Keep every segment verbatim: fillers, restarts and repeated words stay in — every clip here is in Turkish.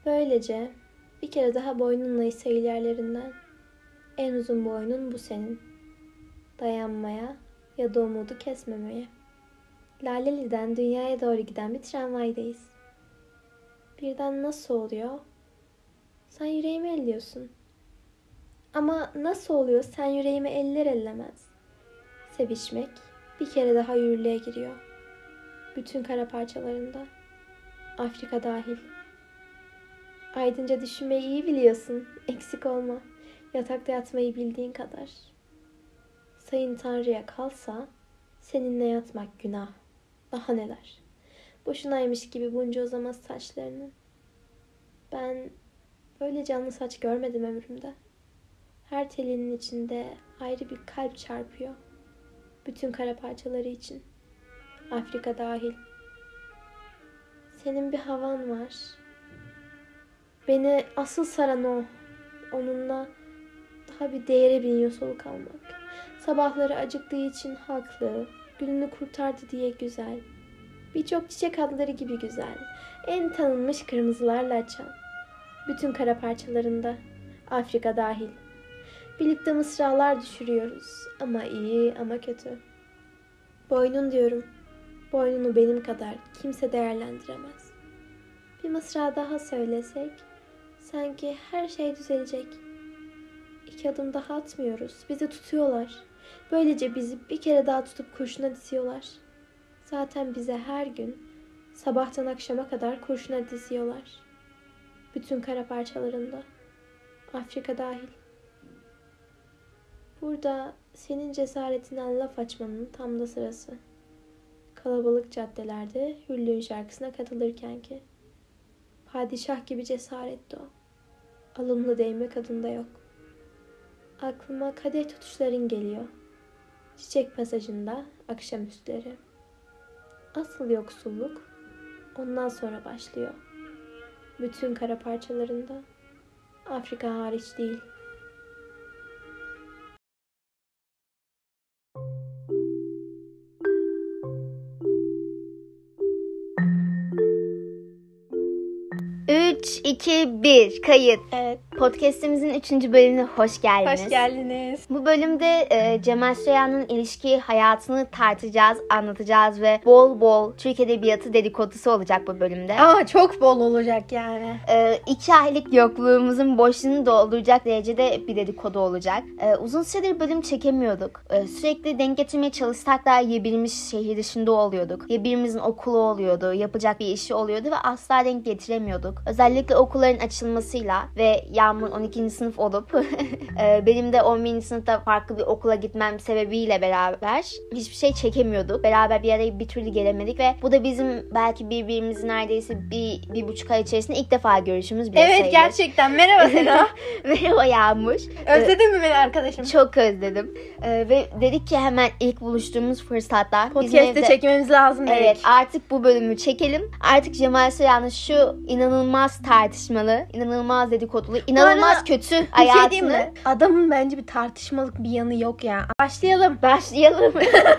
Böylece bir kere daha boynunla ise ilerlerinden. En uzun boynun bu senin. Dayanmaya ya da umudu kesmemeye. Laleli'den dünyaya doğru giden bir tramvaydayız. Birden nasıl oluyor? Sen yüreğimi elliyorsun. Ama nasıl oluyor sen yüreğimi eller ellemez. Sevişmek bir kere daha yürürlüğe giriyor. Bütün kara parçalarında. Afrika dahil. Aydınca düşünmeyi iyi biliyorsun. Eksik olma. Yatakta yatmayı bildiğin kadar. Sayın Tanrı'ya kalsa seninle yatmak günah. Daha neler. Boşunaymış gibi bunca uzamaz saçlarının. Ben böyle canlı saç görmedim ömrümde. Her telinin içinde ayrı bir kalp çarpıyor. Bütün kara parçaları için. Afrika dahil. Senin bir havan var. Beni asıl saran o. Onunla daha bir değere biniyor soluk almak. Sabahları acıktığı için haklı. Gününü kurtardı diye güzel. Birçok çiçek adları gibi güzel. En tanınmış kırmızılarla açan. Bütün kara parçalarında. Afrika dahil. Birlikte mısralar düşürüyoruz. Ama iyi ama kötü. Boynun diyorum. Boynunu benim kadar kimse değerlendiremez. Bir mısra daha söylesek, sanki her şey düzelecek. İki adım daha atmıyoruz. Bizi tutuyorlar. Böylece bizi bir kere daha tutup kurşuna diziyorlar. Zaten bize her gün sabahtan akşama kadar kurşuna diziyorlar. Bütün kara parçalarında. Afrika dahil. Burada senin cesaretinden laf açmanın tam da sırası. Kalabalık caddelerde Hürlüğün şarkısına katılırken ki. Padişah gibi cesaretti o. Alımlı değmek adında yok. Aklıma kadeh tutuşların geliyor. Çiçek pasajında akşamüstleri. Asıl yoksulluk ondan sonra başlıyor. Bütün kara parçalarında. Afrika hariç değil. üç, iki, bir kayıt. Evet. Podcast'imizin üçüncü bölümüne hoş geldiniz. Hoş geldiniz. Bu bölümde e, Cemal Süreyya'nın ilişki hayatını tartacağız, anlatacağız ve bol bol Türk Edebiyatı dedikodusu olacak bu bölümde. Aa, çok bol olacak yani. E, iki aylık yokluğumuzun boşluğunu dolduracak derecede bir dedikodu olacak. E, uzun süredir bölüm çekemiyorduk. E, sürekli denk getirmeye çalışsak da ya birimiz şehir dışında oluyorduk, ya birimizin okulu oluyordu, yapacak bir işi oluyordu ve asla denk getiremiyorduk. Özellikle okulların açılmasıyla ve Yağmur on ikinci sınıf olup benim de on birinci sınıfta farklı bir okula gitmem sebebiyle beraber hiçbir şey çekemiyorduk. Beraber bir araya bir türlü gelemedik ve bu da bizim belki birbirimizi neredeyse bir, bir buçuk ay içerisinde ilk defa görüşümüz bile Evet sayılır. gerçekten. Merhaba Sena. Merhaba Yağmur. Özledin mi beni arkadaşım? Çok özledim. Ee, ve dedik ki hemen ilk buluştuğumuz fırsatta Podcast'te çekmemiz lazım dedik. Evet, artık bu bölümü çekelim. Artık Cemal Süreyya'nın şu inanılmaz tartışmalı, inanılmaz dedikodulu, inanılmaz arada kötü Bir şey hayatını diyeyim mi? Adamın bence bir tartışmalık bir yanı yok ya. Başlayalım. başlayalım.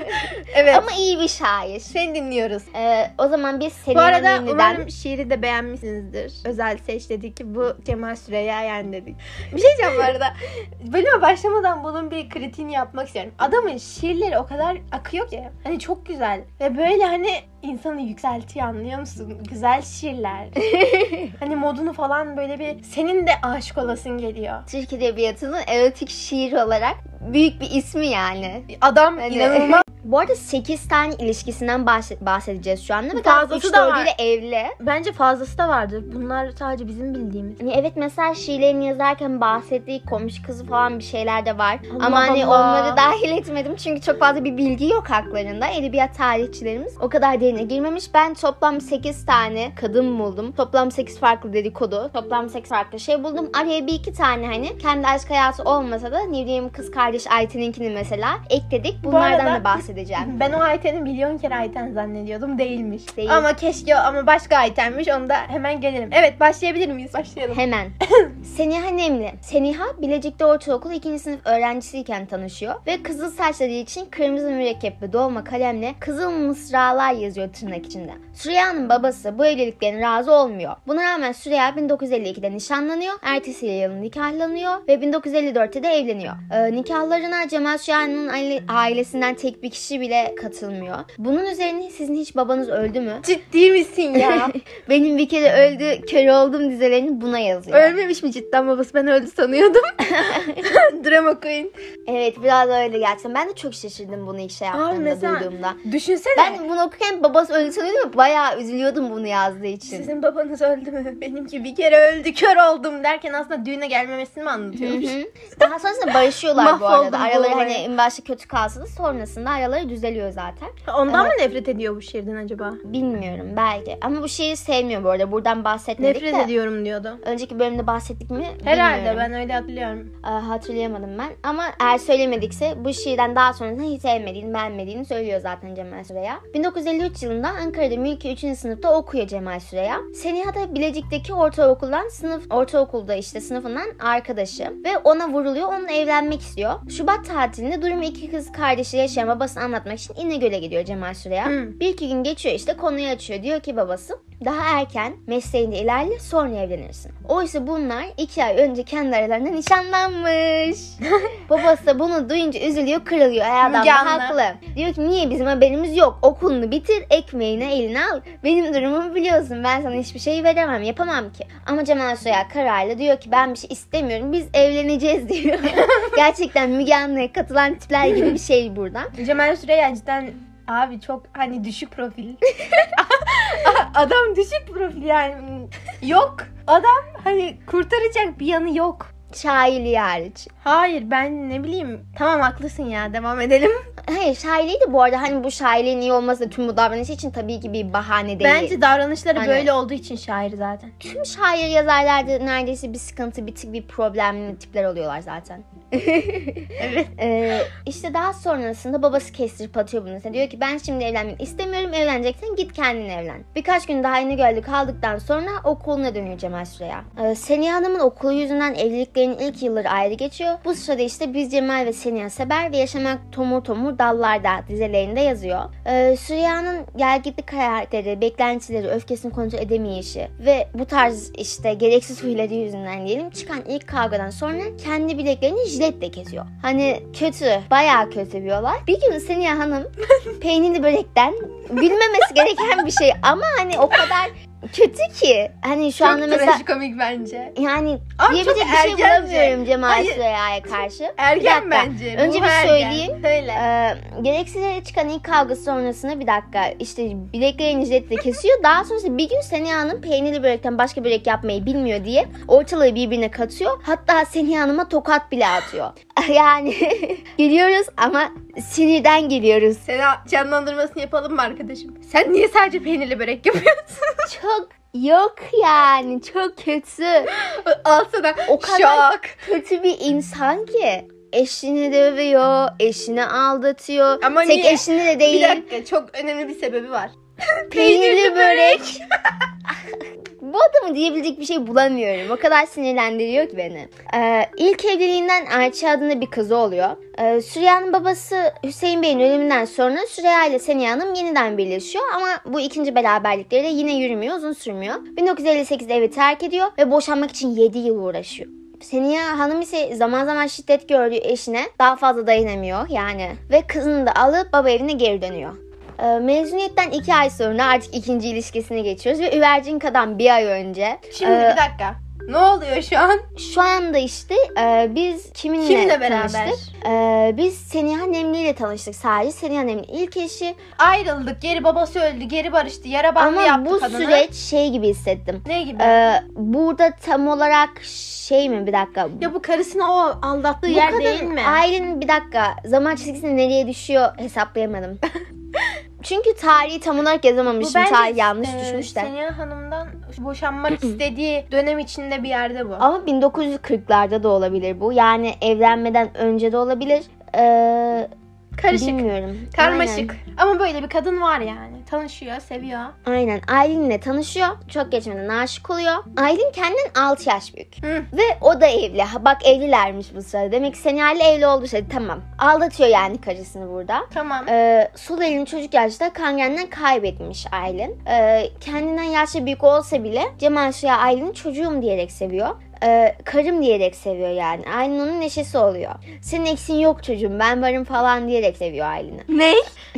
Evet. Ama iyi bir şair. Seni dinliyoruz. Ee, o zaman biz Bu Selena arada Nenli'den... umarım şiiri de beğenmişsinizdir. Özel seç dedik ki bu Cemal Süreyya yani dedik. Bir şey diyeceğim bu arada. Bölüme başlamadan bunun bir kritiğini yapmak istiyorum. Adamın şiirleri o kadar akıyor ki. Hani çok güzel. Ve böyle hani insanı yükseltiyor, anlıyor musun? Güzel şiirler. Hani modunu falan böyle bir senin de aşık olasın geliyor. Türk Edebiyatı'nın erotik şiir olarak büyük bir ismi yani. Adam Hani- inanılmaz. Bu arada sekiz tane ilişkisinden bahse- bahsedeceğiz şu anda. Fazlası üç da var. dördüyle evli. Bence fazlası da vardır. Bunlar sadece bizim bildiğimiz. Hani evet, mesela şiirlerini yazarken bahsettiği komşu kızı falan bir şeyler de var. Allah Ama hani Allah. onları dahil etmedim çünkü çok fazla bir bilgi yok haklarında. Edebiyat tarihçilerimiz o kadar derine girmemiş. Ben toplam sekiz tane kadın buldum. Toplam sekiz farklı dedikodu. Toplam sekiz farklı şey buldum. Araya bir iki tane hani kendi aşk hayatı olmasa da ne bileyim kız kardeş Ayten'inkini mesela ekledik. Bunlardan arada da bahsedeceğiz. bahsedeceğim. Ben o Ayten'i milyon kere Ayten zannediyordum. Değilmiş. Değil. Ama keşke ama başka Ayten'miş. Onu da hemen gelelim. Evet, başlayabilir miyiz? Başlayalım. Hemen. Seniha Nemli. Seniha Bilecik'te ortaokul ikinci sınıf öğrencisiyken tanışıyor ve kızıl saçları için kırmızı mürekkep ve dolma kalemle kızıl mısralar yazıyor tırnak içinde. Süreyya'nın babası bu evliliklerine razı olmuyor. Buna rağmen Süreyya bin dokuz yüz elli ikide nişanlanıyor. Ertesi yıl nikahlanıyor ve bin dokuz yüz elli dörtte de evleniyor. Ee, nikahlarına Cemal Süreyya'nın ailesinden tek bir kişi bile katılmıyor. Bunun üzerine sizin hiç babanız öldü mü? Ciddi misin ya? Benim bir kere öldü, kör oldum dizelerini buna yazıyor. Ölmemiş mi cidden babası? Ben öldü sanıyordum. Drama queen. Evet, biraz öyle gerçekten. Ben de çok şaşırdım bunu ilk şey yaptığımda, mesela, duyduğumda. Düşünsene. Ben bunu okurken babası öldü sanıyordum ama bayağı üzülüyordum bunu yazdığı için. Sizin babanız öldü mü? Benimki bir kere öldü, kör oldum derken aslında düğüne gelmemesini mi anlatıyormuş? Hı hı. Daha sonrasında barışıyorlar bu arada. Mahvoldum bu Araları olaya. hani en başta kötü kalsa da sonrasında araları düzeliyor zaten. Ondan Evet. mı nefret ediyor bu şiirden acaba? Bilmiyorum belki. Ama bu şiiri sevmiyor bu arada. Buradan bahsetmedik Nefret de. ediyorum diyordu. Önceki bölümde bahsettik mi? Herhalde, bilmiyorum. ben öyle hatırlıyorum. Ee, hatırlayamadım ben. Ama eğer söylemedikse bu şiirden daha sonrasında hiç sevmediğini, beğenmediğini söylüyor zaten Cemal Süreya. bin dokuz yüz elli üç yılında Ankara'da Mülki üçüncü sınıfta okuyor Cemal Süreya. Seniha da Bilecik'teki ortaokuldan sınıf, ortaokulda işte sınıfından arkadaşı ve ona vuruluyor, onunla evlenmek istiyor. Şubat tatilinde durumu iki kız kardeşi yaşayan babasını anlatmak için İnegöl'e gidiyor Cemal Süreya. Hmm. Bir iki gün geçiyor, işte konuyu açıyor. Diyor ki babası, daha erken mesleğinde ilerle, sonra evlenirsin. Oysa bunlar iki ay önce kendi aralarında nişanlanmış. Babası da bunu duyunca üzülüyor, kırılıyor. Ay adam Müge da Anlı. haklı. Diyor ki niye bizim haberimiz yok? Okulunu bitir, ekmeğini eline al. Benim durumumu biliyorsun. Ben sana hiçbir şey veremem, yapamam ki. Ama Cemal Süreya kararlı, diyor ki ben bir şey istemiyorum. Biz evleneceğiz diyor. Gerçekten Müge Anlı'ya katılan tipler gibi bir şey buradan. Cemal Süreyya cidden abi çok hani düşük profil. Adam düşük profil yani. Yok. Adam hani kurtaracak bir yanı yok. Şairliği hariç. Hayır, ben ne bileyim. Tamam, haklısın ya, devam edelim. Hayır, şairliği de bu arada hani bu şairliğin iyi olması da tüm bu davranışı için tabii ki bir bahane değil. Bence davranışları Hani- böyle olduğu için şair zaten. Tüm şair yazarlarda neredeyse bir sıkıntı, bir tık bir problemli tipler oluyorlar zaten. Evet. Ee, işte daha sonrasında babası kestirip atıyor bunu. Diyor ki ben şimdi evlenmek istemiyorum, evleneceksen git kendin evlen. Birkaç gün daha İnegöl'de kaldıktan sonra okuluna dönüyor Cemal Süreya. Ee, Seniha Hanım'ın okulu yüzünden evliliklerinin ilk yılları ayrı geçiyor. Bu sırada işte biz Cemal ve Seniha sever ve yaşamak tomur tomur dallarda dizelerinde yazıyor. Ee, Süreya'nın gelgitli karakteri, beklentileri, öfkesini kontrol edemeyişi ve bu tarz işte gereksiz huyları yüzünden diyelim çıkan ilk kavgadan sonra kendi bileklerini jiletle kesiyor. Hani kötü, bayağı kötü bir olay. Bir gün Seniha Hanım peynirli börekten gülmemesi gereken bir şey ama hani o kadar kötü ki hani şu Çok anda mesela trajikomik bence. yani Ama diyebilecek çok bir şey ergence. bulamıyorum Cemal Hayır. Süreya'ya karşı. Ergen Bir dakika. bence. Önce Bu bir ergen. söyleyeyim. Söyle. Ee, gereksiz yere çıkan ilk kavga sonrasında bir dakika işte bileklerini jiletle kesiyor. Daha sonrasında bir gün Seniha Hanım peynirli börekten başka börek yapmayı bilmiyor diye ortalığı birbirine katıyor. Hatta Seniha Hanım'a tokat bile atıyor. Yani geliyoruz ama sinirden geliyoruz. Sena canlandırmasını yapalım mı arkadaşım? Sen niye sadece peynirli börek yapıyorsun? Çok yok yani çok kötü. Al sana O kadar şok. kötü bir insan ki. Eşini dövüyor, eşini aldatıyor. Ama Tek niye? eşini de Bir değil. dakika, çok önemli bir sebebi var. Peynirli börek. Bu adamı diyebilecek bir şey bulamıyorum. O kadar sinirlendiriyor ki beni. Ee, ilk evliliğinden Ayça adında bir kızı oluyor. Ee, Süreyya'nın babası Hüseyin Bey'in ölümünden sonra Süreyya ile Seniha Hanım yeniden birleşiyor. Ama bu ikinci beraberlikleri de yine yürümüyor, uzun sürmüyor. bin dokuz yüz elli sekizde evi terk ediyor ve boşanmak için yedi yıl uğraşıyor. Seniha Hanım ise zaman zaman şiddet gördüğü eşine daha fazla dayanamıyor yani. Ve kızını da alıp baba evine geri dönüyor. Ee, mezuniyetten iki ay sonra artık ikinci ilişkisine geçiyoruz ve Üvercinka'dan bir ay önce. Şimdi e, bir dakika. Ne oluyor şu an? Şu anda işte e, biz kiminle, Kimle beraber? tanıştık? E, biz Seniha Nemli ile tanıştık sadece. Seniha Nemli ilk eşi. Ayrıldık. Geri babası öldü. Geri barıştı. Yara bandı Ama yaptı bu kadına. süreç şey gibi hissettim. Ne gibi? E, burada tam olarak şey mi bir dakika. ya bu karısını o aldattığı Bu yer kadın değil mi? ailenin bir dakika zaman çizgisinde nereye düşüyor hesaplayamadım. Çünkü tarihi tam olarak yazamamışım. bence, Tarih yanlış e, düşmüş de. Seniha Hanım'dan boşanmak istediği dönem içinde bir yerde bu. Ama bin dokuz yüz kırklarda da olabilir bu. Yani evlenmeden önce de olabilir. Ee, Karışık. Bilmiyorum. Karmaşık. Aynen. Ama böyle bir kadın var yani. Tanışıyor, seviyor. Aynen. Aylin'le tanışıyor. Çok geçmeden aşık oluyor. Aylin kendinden altı yaş büyük. Hı. Ve o da evli. Ha, bak evlilermiş bu sırada. Demek ki Seniha ile evli oldu. Şey. Tamam. Aldatıyor yani karısını burada. Tamam. Ee, sol elini çocuk yaşta kangreniden kaybetmiş Aylin. Ee, kendinden yaşça büyük olsa bile Cemal Süreya Aylin'i çocuğum diyerek seviyor. Ee, karım diyerek seviyor yani. Aylin onun neşesi oluyor. Senin eksin yok çocuğum, ben varım falan diyerek seviyor Aylin'i. Ne?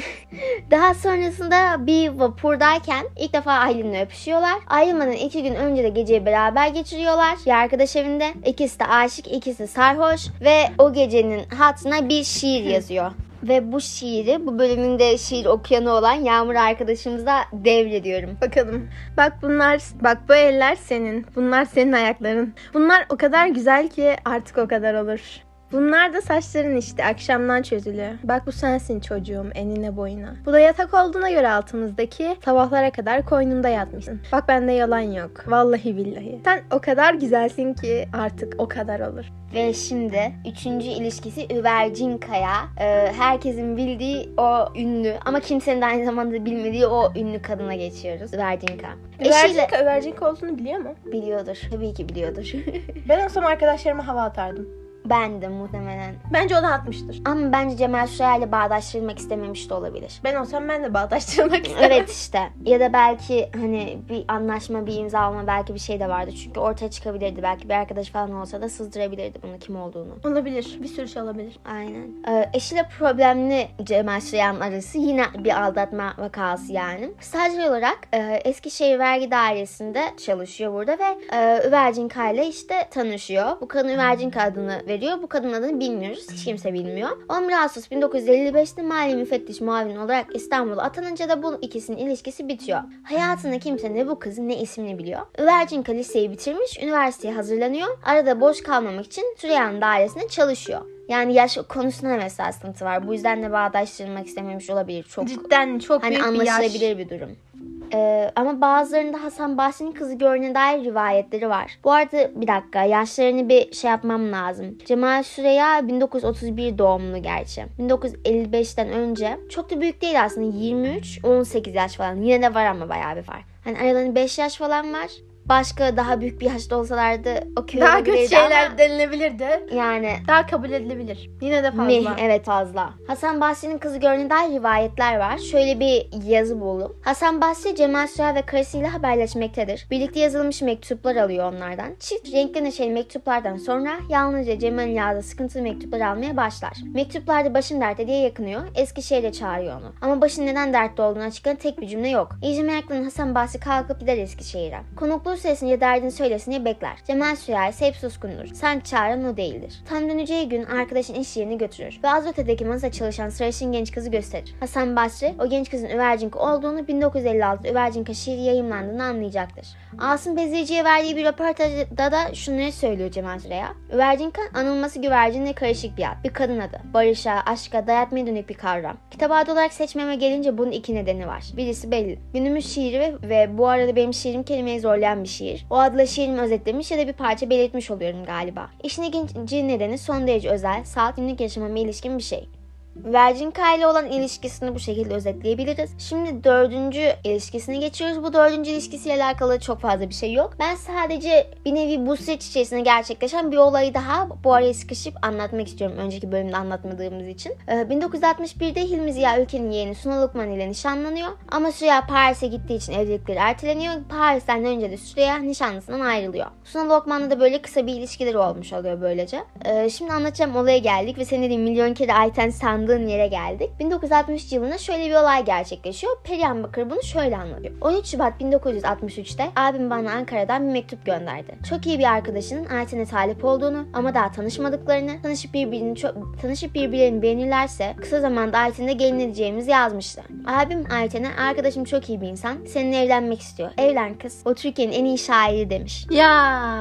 Daha sonrasında bir vapurdayken ilk defa Aylin'le öpüşüyorlar. Ayrılmadan iki gün önce de geceyi beraber geçiriyorlar. Bir arkadaş evinde. İkisi de aşık, ikisi de sarhoş ve o gecenin hatırına bir şiir yazıyor. Ve bu şiiri, bu bölümünde şiir okuyanı olan Yağmur arkadaşımıza devrediyorum. Bakalım. Bak bunlar, bak bu eller senin. Bunlar senin ayakların. Bunlar o kadar güzel ki artık o kadar olur. Bunlar da saçların işte akşamdan çözülüyor. Bak bu sensin çocuğum enine boyuna. Bu da yatak olduğuna göre altımızdaki sabahlara kadar koynumda yatmışsın. Bak bende yalan yok. Vallahi billahi. Sen o kadar güzelsin ki artık o kadar olur. Ve şimdi üçüncü ilişkisi Üvercinkaya. Ee, herkesin bildiği o ünlü ama kimsenin de aynı zamanda bilmediği o ünlü kadına geçiyoruz. Üvercinka. Üvercinka, Üvercinka olduğunu biliyor mu? Biliyordur. Tabii ki biliyordur. Ben olsam arkadaşlarıma hava atardım. Ben de muhtemelen. Bence o da atmıştır. Ama bence Cemal Süreya ile bağdaştırılmak istememiş de olabilir. Ben olsam ben de bağdaştırmak istemem. Evet işte. Ya da belki hani bir anlaşma, bir imzalama, belki bir şey de vardı. Çünkü ortaya çıkabilirdi. Belki bir arkadaş falan olsa da sızdırabilirdi bunu kim olduğunu. Olabilir. Bir sürü şey olabilir. Aynen. Ee, eşiyle problemli Cemal Süreya'nın arası yine bir aldatma vakası yani. Stajyer olarak e, Eskişehir Vergi Dairesi'nde çalışıyor burada ve e, Üvercinka ile işte tanışıyor. Bu kadın Üvercinka adını veriyor. Bu kadının adını bilmiyoruz. Hiç kimse bilmiyor. on bir Ağustos bin dokuz yüz elli beşte Mali Müfettiş Muavin olarak İstanbul'a atanınca da bu ikisinin ilişkisi bitiyor. Hayatında kimse ne bu kızın ne ismini biliyor. Üvercinka liseyi bitirmiş, üniversiteye hazırlanıyor. Arada boş kalmamak için Süreyya'nın dairesinde çalışıyor. Yani yaş konusunda mesela sıkıntı var. Bu yüzden de bağdaştırmak istememiş olabilir. Çok Cidden çok hani büyük bir yaş. anlaşılabilir bir durum. Ee, ama bazılarında Hasan Basri'nin kızı gördüğüne dair rivayetleri var. Bu arada bir dakika, yaşlarını bir şey yapmam lazım. Cemal Süreya bin dokuz yüz otuz bir doğumlu gerçi. bin dokuz yüz elli beşten önce. Çok da büyük değil aslında, yirmi üç on sekiz yaş falan. Yine de var ama bayağı bir fark. Hani aralarında beş yaş falan var. Başka daha büyük bir yaşta olsalardı okey daha olabilirdi kötü şeyler ama denilebilirdi. yani Daha kabul edilebilir. Yine de fazla. mi? Evet, fazla. Hasan Basri'nin kızı gördüğüne dair rivayetler var. Şöyle bir yazı buldum. Hasan Basri, Cemal Süreya ve karısıyla haberleşmektedir. Birlikte yazılmış mektuplar alıyor onlardan. Çift renkli neşeli mektuplardan sonra yalnızca Cemal'in yazdığı sıkıntılı mektuplar almaya başlar. Mektuplarda başım dertte diye yakınıyor. Eskişehir'e çağırıyor onu. Ama başın neden dertte olduğunu açıklayan tek bir cümle yok. İyice meraklanan Hasan Basri kalkıp gider Eskişehir'e. Konukluğu süresince derdini söylesin diye bekler. Cemal Süreya ise hep suskundur. Sanki çağıran o değildir. Tam döneceği gün arkadaşın iş yerine götürür ve az ötedeki masada çalışan sarışın genç kızı gösterir. Hasan Basri o genç kızın Üvercinka olduğunu, bin dokuz yüz elli altıda Üvercinka şiiri yayımlandığını anlayacaktır. Asım Bezirci'ye verdiği bir röportajda da şunları söylüyor Cemal Süreya. Üvercinka anılması güvercinle karışık bir ad. Bir kadın adı. Barışa, aşka, dayatmaya dönük bir kavram. Kitap adı olarak seçmeme gelince bunun iki nedeni var. Birisi belli. Günümüz şiiri ve, ve bu arada benim şiirim kelimeyi zorlayan bir şiir. O adla şiirimi özetlemiş ya da bir parça belirtmiş oluyorum galiba. İşin ikinci nedeni son derece özel, salt, günlük yaşamama ilişkin bir şey. Üvercinka ile olan ilişkisini bu şekilde özetleyebiliriz. Şimdi dördüncü ilişkisine geçiyoruz. Bu dördüncü ilişkisiyle alakalı çok fazla bir şey yok. Ben sadece bir nevi bu süreç içerisinde gerçekleşen bir olayı daha bu araya sıkışıp anlatmak istiyorum. Önceki bölümde anlatmadığımız için. Ee, bin dokuz yüz altmış birde Hilmi Ziya Ülke'nin yeğeni Suna Lokman ile nişanlanıyor. Ama Süreyya Paris'e gittiği için evlilikleri erteleniyor. Paris'ten önce de Süreyya nişanlısından ayrılıyor. Suna Lokman'la da böyle kısa bir ilişkileri olmuş oluyor böylece. Ee, şimdi anlatacağım olaya geldik ve senin dediğin milyon kere Ayten sandığı yere geldik. bin dokuz yüz altmış yılında şöyle bir olay gerçekleşiyor. Perihan Bakır bunu şöyle anlatıyor. on üç Şubat bin dokuz yüz altmış üçte abim bana Ankara'dan bir mektup gönderdi. Çok iyi bir arkadaşının Ayten'e talip olduğunu ama daha tanışmadıklarını, tanışıp birbirini çok tanışıp birbirlerini beğenirlerse kısa zamanda Ayten'e gelin edeceğimizi yazmıştı. Abim Ayten'e arkadaşım çok iyi bir insan, seninle evlenmek istiyor. Evlen kız. O Türkiye'nin en iyi şairi demiş. Ya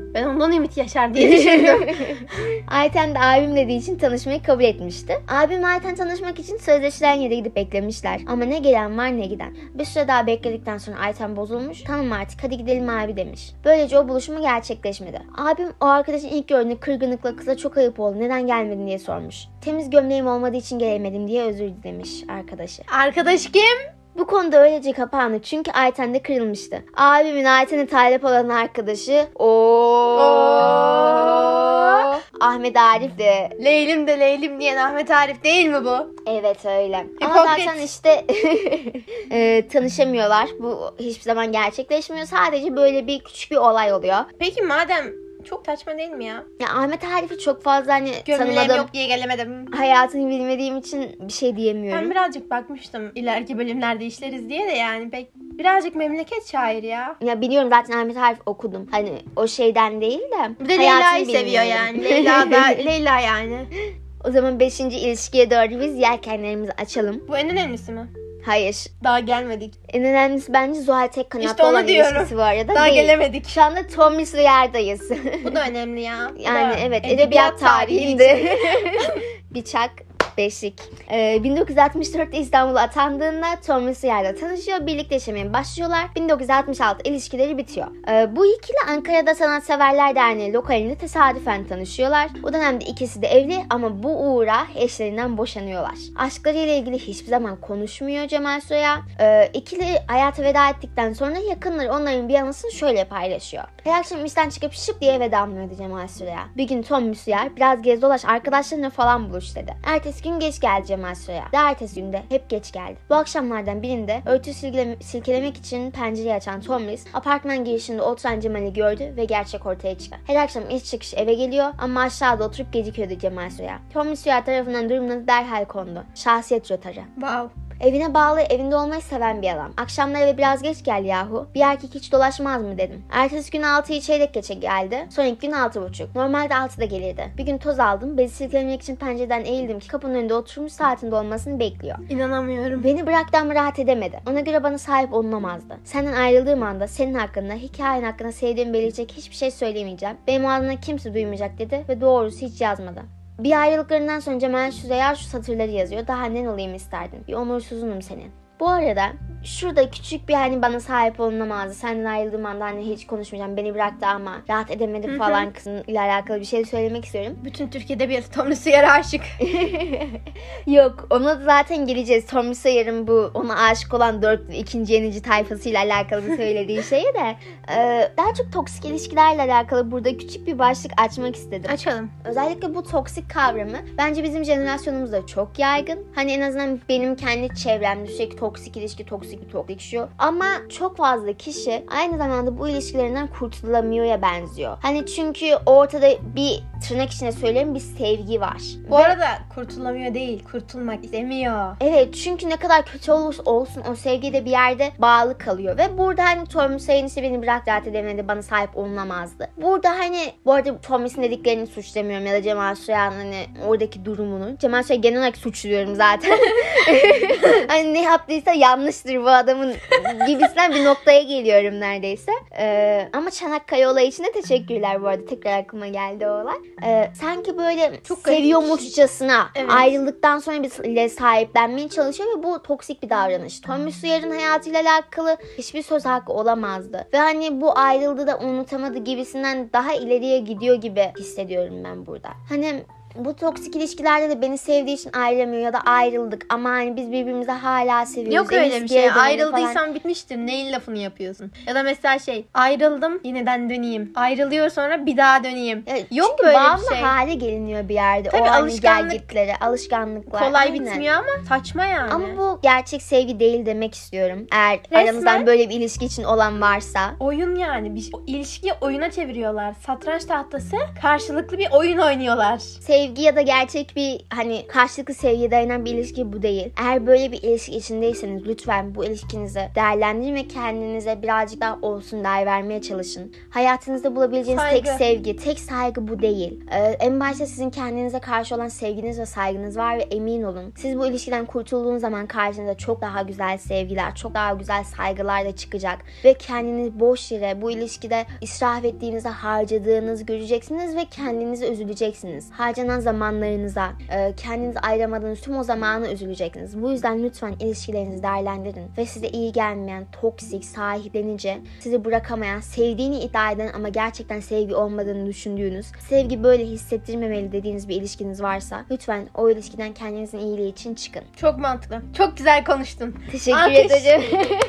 Ben ondan ümit yaşar diye düşündüm. Ayten de abim dediği için tanışmayı kabul etmişti. Abim Ayten tanışmak için sözleşilen yere gidip beklemişler. Ama ne gelen var ne giden. Bir süre daha bekledikten sonra Ayten bozulmuş. Tamam artık hadi gidelim abi demiş. Böylece o buluşma gerçekleşmedi. Abim o arkadaşın ilk gördüğünde kırgınlıkla kıza çok ayıp oldu. Neden gelmedin diye sormuş. Temiz gömleğim olmadığı için gelemedim diye özür dilemiş arkadaşı. Arkadaş kim? Bu konuda öylece kapandı çünkü Ayten de kırılmıştı. Abimin Ayten'e talip olan arkadaşı ooo Ahmet Arif de. Leylim de Leylim diyen Ahmet Arif değil mi bu? Evet öyle. Ama Hipokrit. zaten işte e, tanışamıyorlar. Bu hiçbir zaman gerçekleşmiyor. Sadece böyle bir küçük bir olay oluyor. Peki madem çok saçma değil mi ya? Ya Ahmet Arif'i çok fazla hani Gömleğim tanımadım. yok diye gelemedim. Hayatını bilmediğim için bir şey diyemiyorum. Ben birazcık bakmıştım ileriki bölümlerde işleriz diye de yani pek birazcık memleket şairi ya. Ya biliyorum zaten Ahmet Arif okudum. Hani o şeyden değil de. Bir de hayatını Leyla'yı seviyor bilmiyorum. yani. Leyla da Leyla yani. O zaman beşinci ilişkiye doğru biz yelkenlerimizi açalım. Bu en önemlisi mi? Hayır. Daha gelmedik. En önemlisi bence Zuhal tek kanatlı İşte onu olan diyorum. ilişkisi bu arada. Daha değil. gelemedik. Şu anda Tomris ve Yerdayız. Bu da önemli ya. Bu Yani da evet edebiyat tarihinde. Bıçak. Beşik. Ee, bin dokuz yüz altmış dörtte İstanbul'a atandığında Tom Sawyer tanışıyor. Birlikte yaşamaya başlıyorlar. bin dokuz yüz altmış altı ilişkileri bitiyor. Ee, bu ikili Ankara'da Sanatseverler Derneği lokalinde tesadüfen tanışıyorlar. O dönemde ikisi de evli ama bu uğra eşlerinden boşanıyorlar. Aşklarıyla ilgili hiçbir zaman konuşmuyor Cemal Soya. Ee, ikili hayata veda ettikten sonra yakınları onların bir anısını şöyle paylaşıyor. Her akşam işten çıkıp şıp diye eve damlıyordu Cemal Soya. Bir gün Tom Sawyer biraz gez dolaş arkadaşlarına falan buluş dedi. Ertesi gün geç geldi Cemal Soya. Daha ertesi günde hep geç geldi. Bu akşamlardan birinde örtü silkele- silkelemek için pencereyi açan Tomris apartman girişinde oturan Cemal'i gördü ve gerçek ortaya çıktı. Her akşam iş çıkış eve geliyor ama aşağıda oturup gecikiyordu Cemal Soya. Tomris Soya tarafından durumuna derhal kondu. Şahsiyet rötarı. Wow. Evine bağlı, evinde olmayı seven bir adam. Akşamları eve biraz geç gel yahu. Bir erkek hiç dolaşmaz mı dedim. Ertesi gün altıyı çeyrek geçe geldi. Sonraki gün altı buçuk. Normalde altıda gelirdi. Bir gün toz aldım. Bezi silkelemek için pencereden eğildim ki kapının önünde oturmuş saatinde olmasını bekliyor. İnanamıyorum. Beni bıraktı ama rahat edemedi. Ona göre bana sahip olunamazdı. Senden ayrıldığım anda senin hakkında, hikayen hakkında sevdiğimi belirtecek hiçbir şey söylemeyeceğim. Benim ağzımdan kimse duymayacak dedi ve doğrusu hiç yazmadı. Bir ayrılıklarından sonra Cemal Süreya şu satırları yazıyor. Daha annen olayım isterdim. Bir onursuzunum senin. Bu arada şurada küçük bir hani bana sahip olunamazdı. Senden ayrıldığım anda hani hiç konuşmayacağım. Beni bıraktı ama rahat edemedim falan kısmıyla alakalı bir şey söylemek istiyorum. Bütün Türkiye'de bir Tom Sawyer'e aşık. Yok ona da zaten geleceğiz. Tom Sawyer'ın bu ona aşık olan dört ikinci yenici tayfasıyla alakalı söylediği şeye de e, daha çok toksik ilişkilerle alakalı burada küçük bir başlık açmak istedim. Açalım. Özellikle bu toksik kavramı bence bizim jenerasyonumuzda çok yaygın. Hani en azından benim kendi çevremde sürekli toksik ilişki, toksik bir toksik şu. Ama çok fazla kişi aynı zamanda bu ilişkilerinden kurtulamıyor ya benziyor. Hani çünkü ortada bir tırnak içine söyleyeyim bir sevgi var. Bu Ve arada kurtulamıyor değil, kurtulmak istemiyor. evet çünkü ne kadar kötü olursa olsun o sevgi de bir yerde bağlı kalıyor. Ve burada hani Tom Sawyer'in işte beni bırak rahat edemedi, bana sahip olunamazdı. Burada hani bu arada Thomas'ın dediklerini suçlamıyorum ya da Cemal Süreyya'nın hani oradaki durumunu. Cemal Süreyya'yı genel olarak suçluyorum zaten. Hani ne yaptıysa yanlıştır bu adamın gibisinden bir noktaya geliyorum neredeyse. Ee, ama Çanakkale olayı için de teşekkürler bu arada. Tekrar aklıma geldi o olay. Ee, sanki böyle Çok garip. seviyormuşçasına Evet. ayrıldıktan sonra bir sahiplenmeye çalışıyor ve bu toksik bir davranış. Tom Sawyer'ın hayatıyla alakalı hiçbir söz hakkı olamazdı. Ve hani bu ayrıldı da unutamadı gibisinden daha ileriye gidiyor gibi hissediyorum ben burada. Hani bu toksik ilişkilerde de beni sevdiği için ayrılamıyor ya da ayrıldık ama hani biz birbirimizi hala seviyoruz. Yok En öyle bir eskiye şey. dönelim Ayrıldıysan falan. bitmiştir. Neyin lafını yapıyorsun? Ya da mesela şey, ayrıldım yeniden döneyim. Ayrılıyor sonra bir daha döneyim. Ya Yok çünkü böyle bağımlı bir şey. hale geliniyor bir yerde. Tabii o hani alışkanlık- gelgitleri, alışkanlıklar. Kolay aynen. bitmiyor ama saçma yani. Ama bu gerçek sevgi değil demek istiyorum. Eğer Resmen- aranızdan böyle bir ilişki için olan varsa. oyun yani. Bir, o ilişkiyi oyuna çeviriyorlar. Satranç tahtası karşılıklı bir oyun oynuyorlar. Sevgi sevgi ya da gerçek bir hani karşılıklı sevgiye dayanan bir ilişki bu değil. Eğer böyle bir ilişki içindeyseniz lütfen bu ilişkinizi değerlendirin ve kendinize birazcık daha olsun değer vermeye çalışın. Hayatınızda bulabileceğiniz Saygı. tek sevgi, tek saygı bu değil. Ee, en başta sizin kendinize karşı olan sevginiz ve saygınız var ve emin olun. Siz bu ilişkiden kurtulduğunuz zaman karşınıza çok daha güzel sevgiler, çok daha güzel saygılar da çıkacak. Ve kendinizi boş yere bu ilişkide israf ettiğinizde harcadığınızı göreceksiniz ve kendinizi üzüleceksiniz. Harcanan zamanlarınıza, e, kendinizi ayıramadığınız tüm o zamanı üzüleceksiniz. Bu yüzden lütfen ilişkilerinizi değerlendirin ve size iyi gelmeyen, toksik, sahiplenici, sizi bırakamayan, sevdiğini iddia eden ama gerçekten sevgi olmadığını düşündüğünüz, sevgi böyle hissettirmemeli dediğiniz bir ilişkiniz varsa lütfen o ilişkiden kendinizin iyiliği için çıkın. Çok mantıklı. Çok güzel konuştun. Teşekkür Alkış. ederim.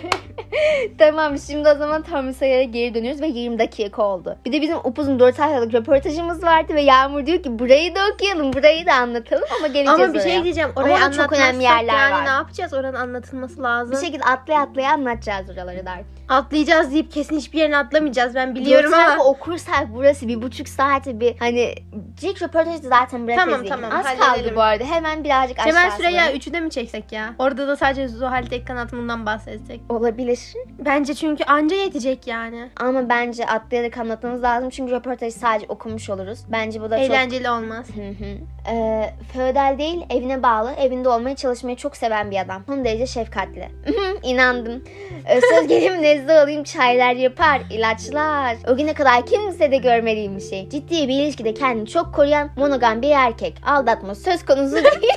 Tamam, şimdi o zaman tam sayıya geri dönüyoruz ve yirmi dakika oldu. Bir de bizim upuzun dört sayfalık röportajımız vardı ve Yağmur diyor ki burayı da okuyalım, burayı da anlatalım ama geleceğiz Ama bir oraya. şey diyeceğim. Ama Orayı orada çok anlatmazsak önemli yerler yani var. ne yapacağız? Oranın anlatılması lazım. Bir şekilde atlaya atlaya anlatacağız oraları da. Atlayacağız deyip kesin hiçbir yerine atlamayacağız. Ben biliyorum Dört sayfa ama. okursak burası bir buçuk saate bir hani ilk röportajı zaten bırakırız. Tamam, yani. tamam, Az halledelim. kaldı bu arada. Hemen birazcık Cemal aşağısı. Süreyya üçü de mi çeksek ya? Orada da sadece Zuhal Tekkan atımından bahsetsek. Olabilir. Bence çünkü anca yetecek yani. Ama bence atlayarak anlatmamız lazım. Çünkü röportajı sadece okumuş oluruz. Bence bu da çok... Eğlenceli olmaz. Hı hı. Ee, feodal değil, evine bağlı, evinde olmaya çalışmayı çok seven bir adam. Son derece şefkatli. İnandım. Ee, söz gelimi nezle olayım, çaylar yapar, ilaçlar. O güne kadar kimse de görmediğim bir şey. Ciddi bir ilişkide kendini çok koruyan monogam bir erkek. Aldatma söz konusu değil.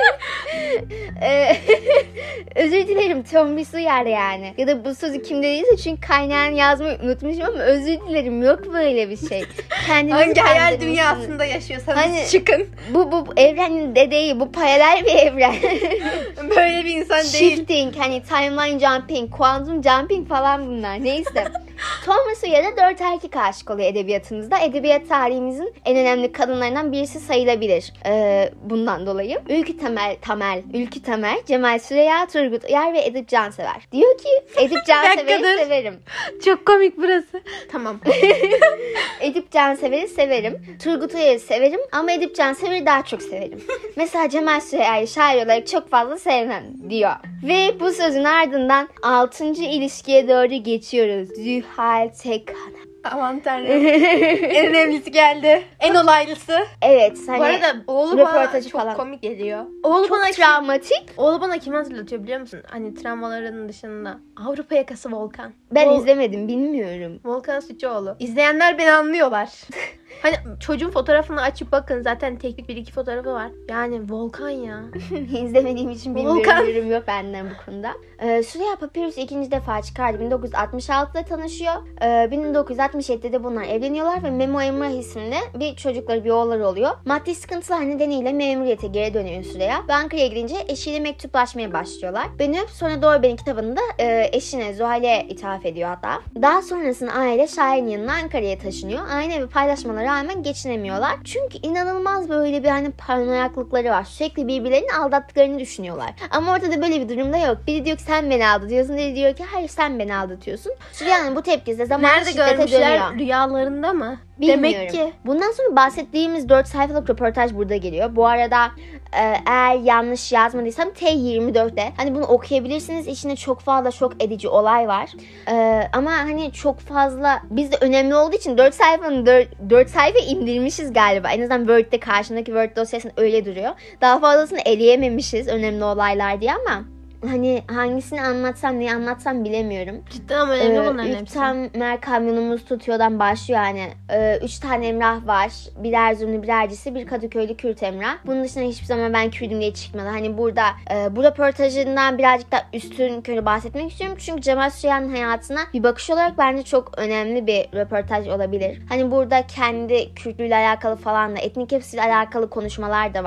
Ee, özür dilerim, Tom bir su yer yani. Ya da bu sözü kim dediyse çünkü kaynağını yazmayı unutmuşum ama özür dilerim, yok böyle bir şey. Kendinizi Hangi hayal kandırmışsınız. dünyasında yaşıyorsanız Hani- çıkın. Bu, bu evrenin dedeyi, bu paralel bir evren. Böyle bir insan değil. Shifting, hani timeline jumping, quantum jumping falan bunlar. Neyse. Thomas Uyar'a dört erkek aşık oluyor edebiyatımızda. Edebiyat tarihimizin en önemli kadınlarından birisi sayılabilir. Ee, bundan dolayı. Ülkü Temel, Tamel, Ülkü Temel, Cemal Süreyya, Turgut Uyar ve Edip Cansever. Diyor ki Edip Cansever'i dakika, dur. severim. Çok komik burası. Tamam. Edip Cansever'i severim. Turgut Uyar'ı severim ama Edip Cansever'i daha çok severim. Mesela Cemal Süreyya'yı şair olarak çok fazla sevmem diyor. Ve bu sözün ardından altıncı ilişkiye doğru geçiyoruz. Zühal Tekkan. Aman tanrım. En önemlisi geldi. En olaylısı. Evet. Hani Bu arada oğlu bana röportajı çok falan. komik geliyor. Oğlu Çok bana kim, travmatik. oğlu bana kim hatırlatıyor biliyor musun? Hani travmalarının dışında. Avrupa yakası Volkan. Ben Vol- izlemedim, bilmiyorum. Volkan Sütçüoğlu. İzleyenler beni anlıyorlar. Hani çocuğun fotoğrafını açıp bakın. Zaten tek bir iki fotoğrafı var. Yani Volkan ya. İzlemediğim için bilmiyorum. Volkan. Yorum yok benden bu konuda. Ee, Süreyya Papyrus ikinci defa çıkardı. bin dokuz yüz altmış altıda tanışıyor. Ee, bin dokuz yüz altmış yedide de bunlar evleniyorlar ve Memo Emrah isimli bir çocukları, bir oğulları oluyor. Maddi sıkıntılar nedeniyle memuriyete geri dönüyor Süreyya. Ve Ankara'ya gidince eşiyle mektuplaşmaya başlıyorlar. Beni öp sonra Doğru Beni kitabında e, eşine Zuhal'e ithaf ediyor hatta. Daha sonrasında aile şairin yanına Ankara'ya taşınıyor. Aynı evi paylaşmaları rağmen geçinemiyorlar. Çünkü inanılmaz böyle bir hani paranoyaklıkları var. Sürekli birbirlerini aldattıklarını düşünüyorlar. Ama ortada böyle bir durumda yok. Biri diyor ki sen beni aldatıyorsun. Biri diyor ki hayır sen beni aldatıyorsun. Süreyya'nın bu tepkisi de zamanla Nerede şiddete görmüşler? dönüyor. Rüyalarında mı? Bilmiyorum. Demek ki. Bundan sonra bahsettiğimiz dört sayfalık röportaj burada geliyor. Bu arada e, eğer yanlış yazmadıysam T yirmi dörtte. Hani bunu okuyabilirsiniz. İçinde çok fazla şok edici olay var. E, ama hani çok fazla bizde önemli olduğu için dört sayfanın dört sayfa indirmişiz galiba. En azından Word'de karşımdaki Word dosyasında öyle duruyor. Daha fazlasını eleyememişiz önemli olaylar diye ama hani hangisini anlatsam neyi anlatsam bilemiyorum. Cidden ama önemli Ee, bunların ilk hepsi. Tamer kamyonumuz tutuyordan başlıyor yani. Ee, üç tane Emrah var. Bir Erzurumlu, bir Ercisi, bir Kadıköylü Kürt Emrah. Bunun dışında hiçbir zaman ben Kürt'üm diye çıkmadı. Hani burada e, bu röportajından birazcık da üstün körü bahsetmek istiyorum. Çünkü Cemal Süreyya'nın hayatına bir bakış olarak bence çok önemli bir röportaj olabilir. Hani burada kendi Kürtlüğüyle alakalı falan da etnik yapısıyla alakalı konuşmalar da var.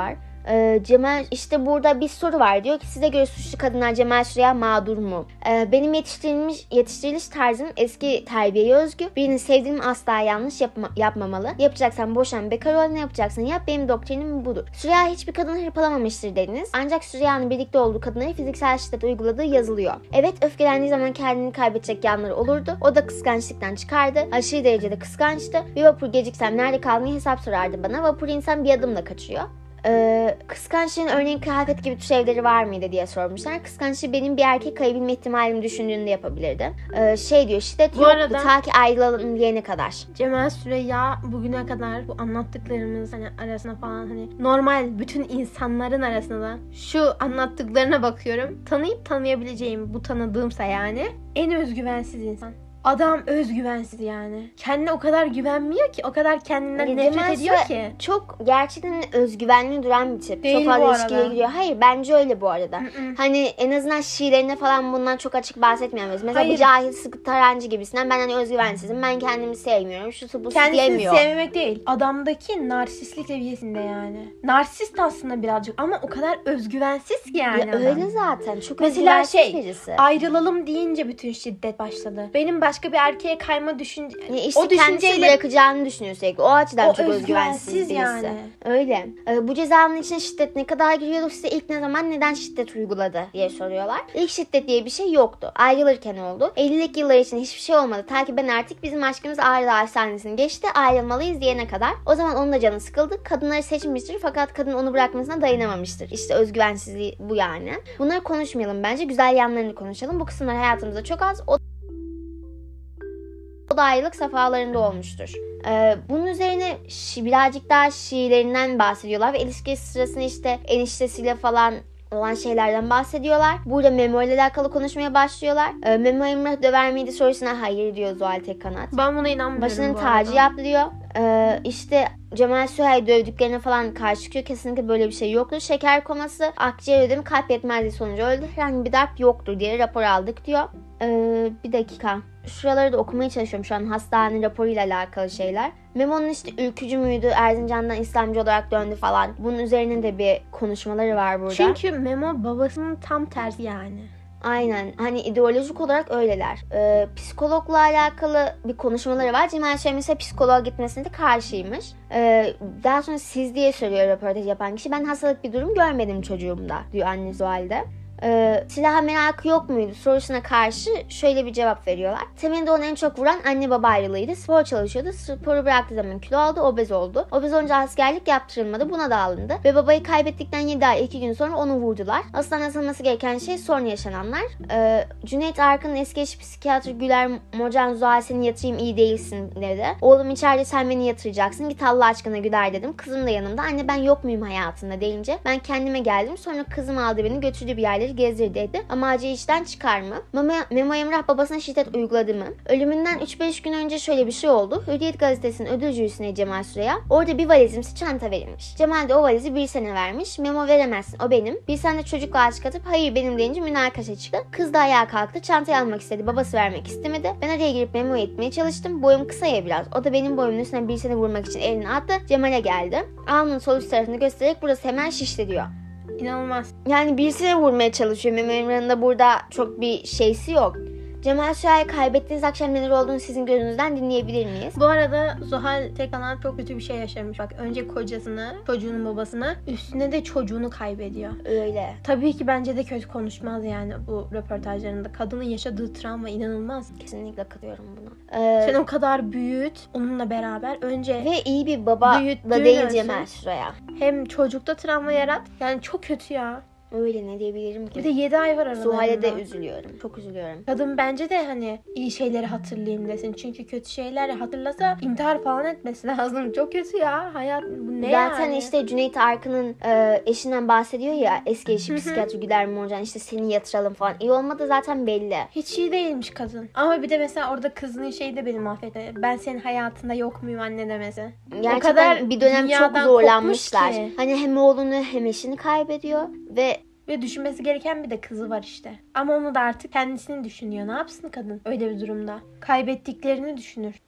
Ee, Cemal işte burada bir soru var. Diyor ki size göre suçlu kadınlar Cemal Süreya mağdur mu? Ee, benim yetiştirilmiş yetiştiriliş tarzım eski terbiyeye özgü. Birini sevdiğim asla yanlış yapma, yapmamalı. Yapacaksan boşan, bekar ol, ne yapacaksan yap. Benim doktrinim budur. Süreya hiçbir kadını hırpalamamıştır dediniz. Ancak Süreya'nın birlikte olduğu kadınlara fiziksel şiddet uyguladığı yazılıyor. Evet, öfkelendiği zaman kendini kaybedecek yanları olurdu. O da kıskançlıktan çıkardı. Aşırı derecede kıskançtı. Bir vapur geciksem nerede kaldın diye hesap sorardı bana. Vapur insan bir adımla kaçıyor. Ee, kıskançlığın örneğin kıyafet gibi türevleri var mıydı diye sormuşlar. Kıskançlığı benim bir erkek kayabilme ihtimalimi düşündüğünde yapabilirdi. Ee, şey diyor, şiddet Bu yoktu arada- ta ki ayrılalım diyene kadar. Cemal Süreya bugüne kadar bu anlattıklarımız hani arasına falan hani normal bütün insanların arasında şu anlattıklarına bakıyorum. Tanıyıp tanıyabileceğim, bu tanıdığımsa yani en özgüvensiz insan. Adam özgüvensiz yani. Kendine o kadar güvenmiyor ki, o kadar kendinden Yani nefret Cemal ediyor Süre- ki. Çok gerçekten özgüvenli duran bir tip. Değil çok bu fazla arada. ilişkiye giriyor. Hayır, bence öyle bu arada. Hı hı. Hani en azından şiirlerinde falan bundan çok açık bahsetmiyor. Mesela Hayır. bu cahil sıkı tarancı gibisinden ben hani özgüvensizim. Ben kendimi sevmiyorum. Şu bu Kendisini diyemiyor. sevmemek değil. Adamdaki narsistlik seviyesinde yani. Narsist aslında birazcık ama o kadar özgüvensiz ki yani Ya adam. öyle zaten. Çok Mesela özgüvensiz şey, birisi. ayrılalım deyince bütün şiddet başladı. Benim başka bir erkeğe kayma düşünce... Yani işte o kendisi düşünceyle... bırakacağını düşünüyor sürekli. O açıdan O çok özgüvensiz özgüvensiz birisi. yani. Öyle. Ee, bu cezanın içine şiddet ne kadar giriyordu, size ilk ne zaman neden şiddet uyguladı diye soruyorlar. İlk şiddet diye bir şey yoktu. Ayrılırken oldu. ellilik yıllar için hiçbir şey olmadı. Ta ki ben artık bizim aşkımız Ağrı Dağı sahnesini geçti, ayrılmalıyız diyene kadar. O zaman onun da canı sıkıldı. Kadınları seçmiştir fakat kadın onu bırakmasına dayanamamıştır. İşte özgüvensizliği bu yani. Bunları konuşmayalım bence. Güzel yanlarını konuşalım. Bu kısımlar hayatımızda çok az. O O da ayrılık safhalarında olmuştur. Ee, bunun üzerine şi, birazcık daha şiirlerinden bahsediyorlar ve ilişki sırasında işte eniştesiyle falan olan şeylerden bahsediyorlar. Burada Memo ile alakalı konuşmaya başlıyorlar. Ee, Memo Emrah döver miydi sorusuna hayır diyor Zuhal Tekkanat. Ben buna inanmıyorum Başının bu tacı arada. yaptı diyor. Ee, işte Cemal Süheyl dövdüklerine falan karşı çıkıyor. Kesinlikle böyle bir şey yoktur. Şeker koması, akciğer ödemi, kalp yetmezliği sonucu öldü. Herhangi bir darp yoktur diye rapor aldık diyor. Ee, bir dakika. Şuraları da okumaya çalışıyorum şu an hastane raporuyla alakalı şeyler. Memo'nun işte ülkücü müydü, Erzincan'dan İslamcı olarak döndü falan. Bunun üzerine de bir konuşmaları var burada. Çünkü Memo babasının tam tersi yani. Aynen. Hani ideolojik olarak öyleler. Ee, psikologla alakalı bir konuşmaları var. Cemal Süreya mesela psikoloğa gitmesine de karşıymış. Ee, daha sonra siz diye söylüyor röportaj yapan kişi. Ben hastalık bir durum görmedim çocuğumda diyor anne Zuhal'de. Ee, silaha merakı yok muydu sorusuna karşı şöyle bir cevap veriyorlar. Temelinde onu en çok vuran anne baba ayrılığıydı. Spor çalışıyordu. Sporu bıraktığı zaman kilo aldı, obez oldu. Obez olunca askerlik yaptırılmadı. Buna da alındı. Ve babayı kaybettikten yedi ay iki gün sonra onu vurdular. Aslında asılması gereken şey sonra yaşananlar. Ee, Cüneyt Arkın'ın eski eşi psikiyatr Güler Mocan Zuhal seni yatırayım iyi değilsin dedi. Oğlum içeride sen beni yatıracaksın. Git Allah aşkına Güler dedim. Kızım da yanımda. Anne ben yok muyum hayatında deyince ben kendime geldim. Sonra kızım aldı beni götürdü bir yerleri gezdir dedi. Amacı işten çıkar mı? Memo, Memo Emrah babasına şiddet uyguladı mı? Ölümünden üç beş gün önce şöyle bir şey oldu. Hürriyet gazetesinin ödül jürisine Cemal Süreya. Orada bir valizimsi çanta verilmiş. Cemal de o valizi bir sene vermiş. Memo veremezsin o benim. Bir sene de çocukla aç katıp hayır benim deyince münakaşa çıktı. Kız da ayağa kalktı. Çantayı almak istedi. Babası vermek istemedi. Ben araya girip Memo'yu etmeye çalıştım. Boyum kısa ya biraz. O da benim boyumun üstüne bir sene vurmak için elini attı. Cemal'e geldi. Alnının sol üst tarafını göstererek burası hemen şişti diyor. İnanılmaz. Yani birisine vurmaya çalışıyor. Memo Emrah'ın da burada çok bir şeysi yok. Cemal Süheyl kaybettiğiniz akşam neler olduğunu sizin gözünüzden dinleyebilir miyiz? Bu arada Zuhal Tekkanat çok kötü bir şey yaşamış. Bak önce kocasını, çocuğunun babasını, üstüne de çocuğunu kaybediyor. Öyle. Tabii ki bence de kötü konuşmaz yani bu röportajlarında. Kadının yaşadığı travma inanılmaz. Kesinlikle katılıyorum buna. Ee, Sen o kadar büyüt onunla beraber. Önce ve iyi bir baba büyüttüğün da değil ölsün. Cemal Süheyl. hem çocukta travma yarat. Yani çok kötü ya. Öyle ne diyebilirim ki? Bir de yedi ay var aralarında. Zuhal'e de üzülüyorum. Çok üzülüyorum. Kadın bence de hani iyi şeyleri hatırlayayım desin. Çünkü kötü şeyler hatırlasa intihar falan etmesi lazım. Çok kötü ya. Hayat bu ne Zaten yani? işte Cüneyt Arkın'ın e, eşinden bahsediyor ya. Eski eşi psikiyatr Güler Morcan işte seni yatıralım falan. İyi olmadı zaten belli. Hiç iyi değilmiş kadın. Ama bir de mesela orada kızının şeyi de beni mahvetti. Ben senin hayatında yok muyum anne demesi. Gerçekten o kadar bir dönem çok dünyadan zorlanmışlar. kopmuş ki. Hani hem oğlunu hem eşini kaybediyor ve Ve düşünmesi gereken bir de kızı var işte. Ama onu da artık kendisini düşünüyor. Ne yapsın kadın öyle bir durumda? Kaybettiklerini düşünür.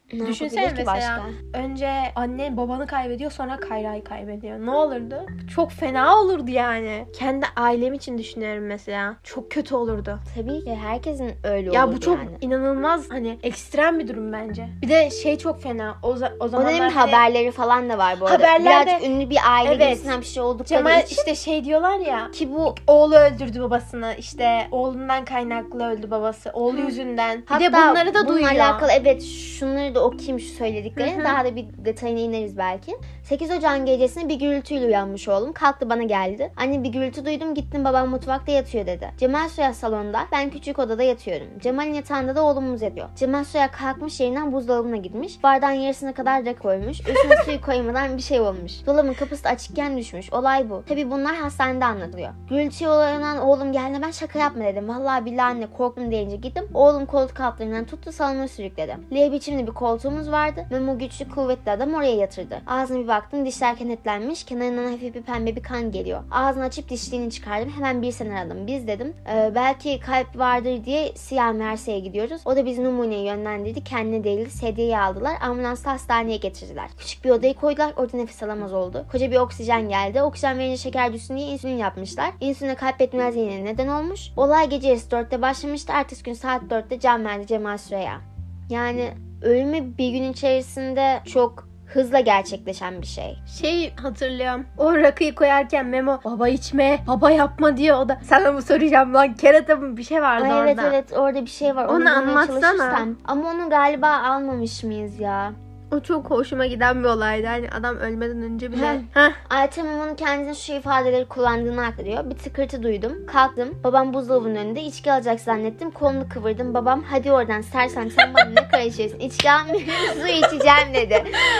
Ne Düşünsene yapabilir ki mesela başka? önce annen babanı kaybediyor, sonra Kayra'yı kaybediyor. Ne olurdu? Çok fena olurdu yani. Kendi ailem için düşünüyorum mesela. Çok kötü olurdu. Tabii ki herkesin öyle Ya olurdu bu çok yani. inanılmaz, hani ekstrem bir durum bence. Bir de şey çok fena. O, za- o O zamanlar dönemin hani haberleri falan da var bu arada. Haberlerde- Birazcık ünlü bir aile Evet. gibisinden bir şey oldukları Cemal için. işte şey diyorlar ya, Ki bu oğlu öldürdü babasını, işte oğlundan kaynaklı öldü babası, oğlu yüzünden. Bir de hatta bunları da bununla duyuyor. alakalı evet şunları da okuyayım şu söylediklerini. Hı hı. Daha da bir detayına ineriz belki. sekiz Ocağın gecesinde bir gürültüyle uyanmış oğlum. Kalktı bana geldi. Anne bir gürültü duydum, gittim babam mutfakta yatıyor dedi. Cemal Soya salonda, ben küçük odada yatıyorum. Cemal'in yatağında da oğlumuz yatıyor. Cemal Soya kalkmış yerinden buzdolabına gitmiş. Bardağın yarısına kadar da koymuş. Üstüne suyu koymadan bir şey olmuş. Dolabın kapısı da açıkken düşmüş. Olay bu. Tabi bunlar hastanede anlatılıyor. Gürültüye uyanan oğlum geldi, ben şaka yapma dedim. Vallahi billahi anne korktum deyince gittim. Oğlum koltuk altlarından tuttu, salona sürükledi. L biçimli bir koltuğumuz vardı. Memo güçlü kuvvetli adam oraya yatırdı. Ağzına bir baktım, dişler kenetlenmiş. Kenarından hafif bir pembe bir kan geliyor. Ağzını açıp dişliğini çıkardım. Hemen bir sen aradım. Biz dedim e, belki kalp vardır diye siyah Merse'ye gidiyoruz. O da bizi numuneye yönlendirdi. Kendine değildi. Sedyeyi aldılar. Ambulansla hastaneye getirdiler. Küçük bir odayı koydular. Orada nefes alamaz oldu. Koca bir oksijen geldi. Oksijen verince şeker düşsün diye insülin yapmışlar. İnsüline kalp yetmezliğine neden olmuş. Olay gece yarısı dörtte başlamıştı. Ertesi gün saat dörtte can verdi Cemal Süreya. Yani ölümü bir gün içerisinde çok hızla gerçekleşen bir şey. Şey hatırlıyorum. O rakıyı koyarken Memo baba içme, baba yapma diyor. O da sana mı soracağım lan, kerata mı, bir şey vardı Ay orada. evet evet orada bir şey var. Onu bulmaya anlatsana. çalışırsam. Ama onu galiba almamış mıyız ya? O çok hoşuma giden bir olaydı. Hani adam ölmeden önce bile. Heh. Heh. Ayten Mama'nın kendisine şu ifadeleri kullandığını aktarıyor. Bir tıkırtı duydum. Kalktım. Babam buzdolabının önünde içki alacak zannettim. Kolunu kıvırdım. Babam hadi oradan sersem sen bana ne karışıyorsun? İçki almıyorum, su içeceğim dedi.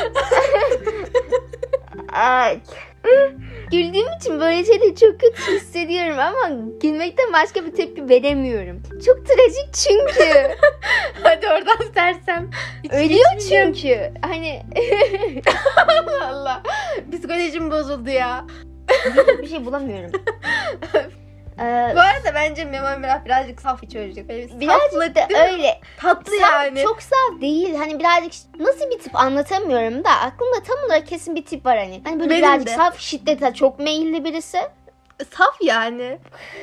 Ay. Güldüğüm için böyle şeyleri çok kötü hissediyorum ama gülmekten başka bir tepki veremiyorum. Çok trajik çünkü. Hadi oradan sersem. Hiç Ölüyor geçmeyeceğim. çünkü. Hani Allah Allah. Psikolojim bozuldu ya. bir şey bulamıyorum. Ee, Bu arada bence Memo Emrah birazcık saf bir çocuk. Böyle bir birazcık saflık, da değil mi? öyle. Tatlı Saf, yani. çok saf değil. Hani birazcık nasıl bir tip anlatamıyorum da aklımda tam olarak kesin bir tip var hani. Hani böyle Benim birazcık de. saf, şiddete çok meyilli birisi. Saf yani.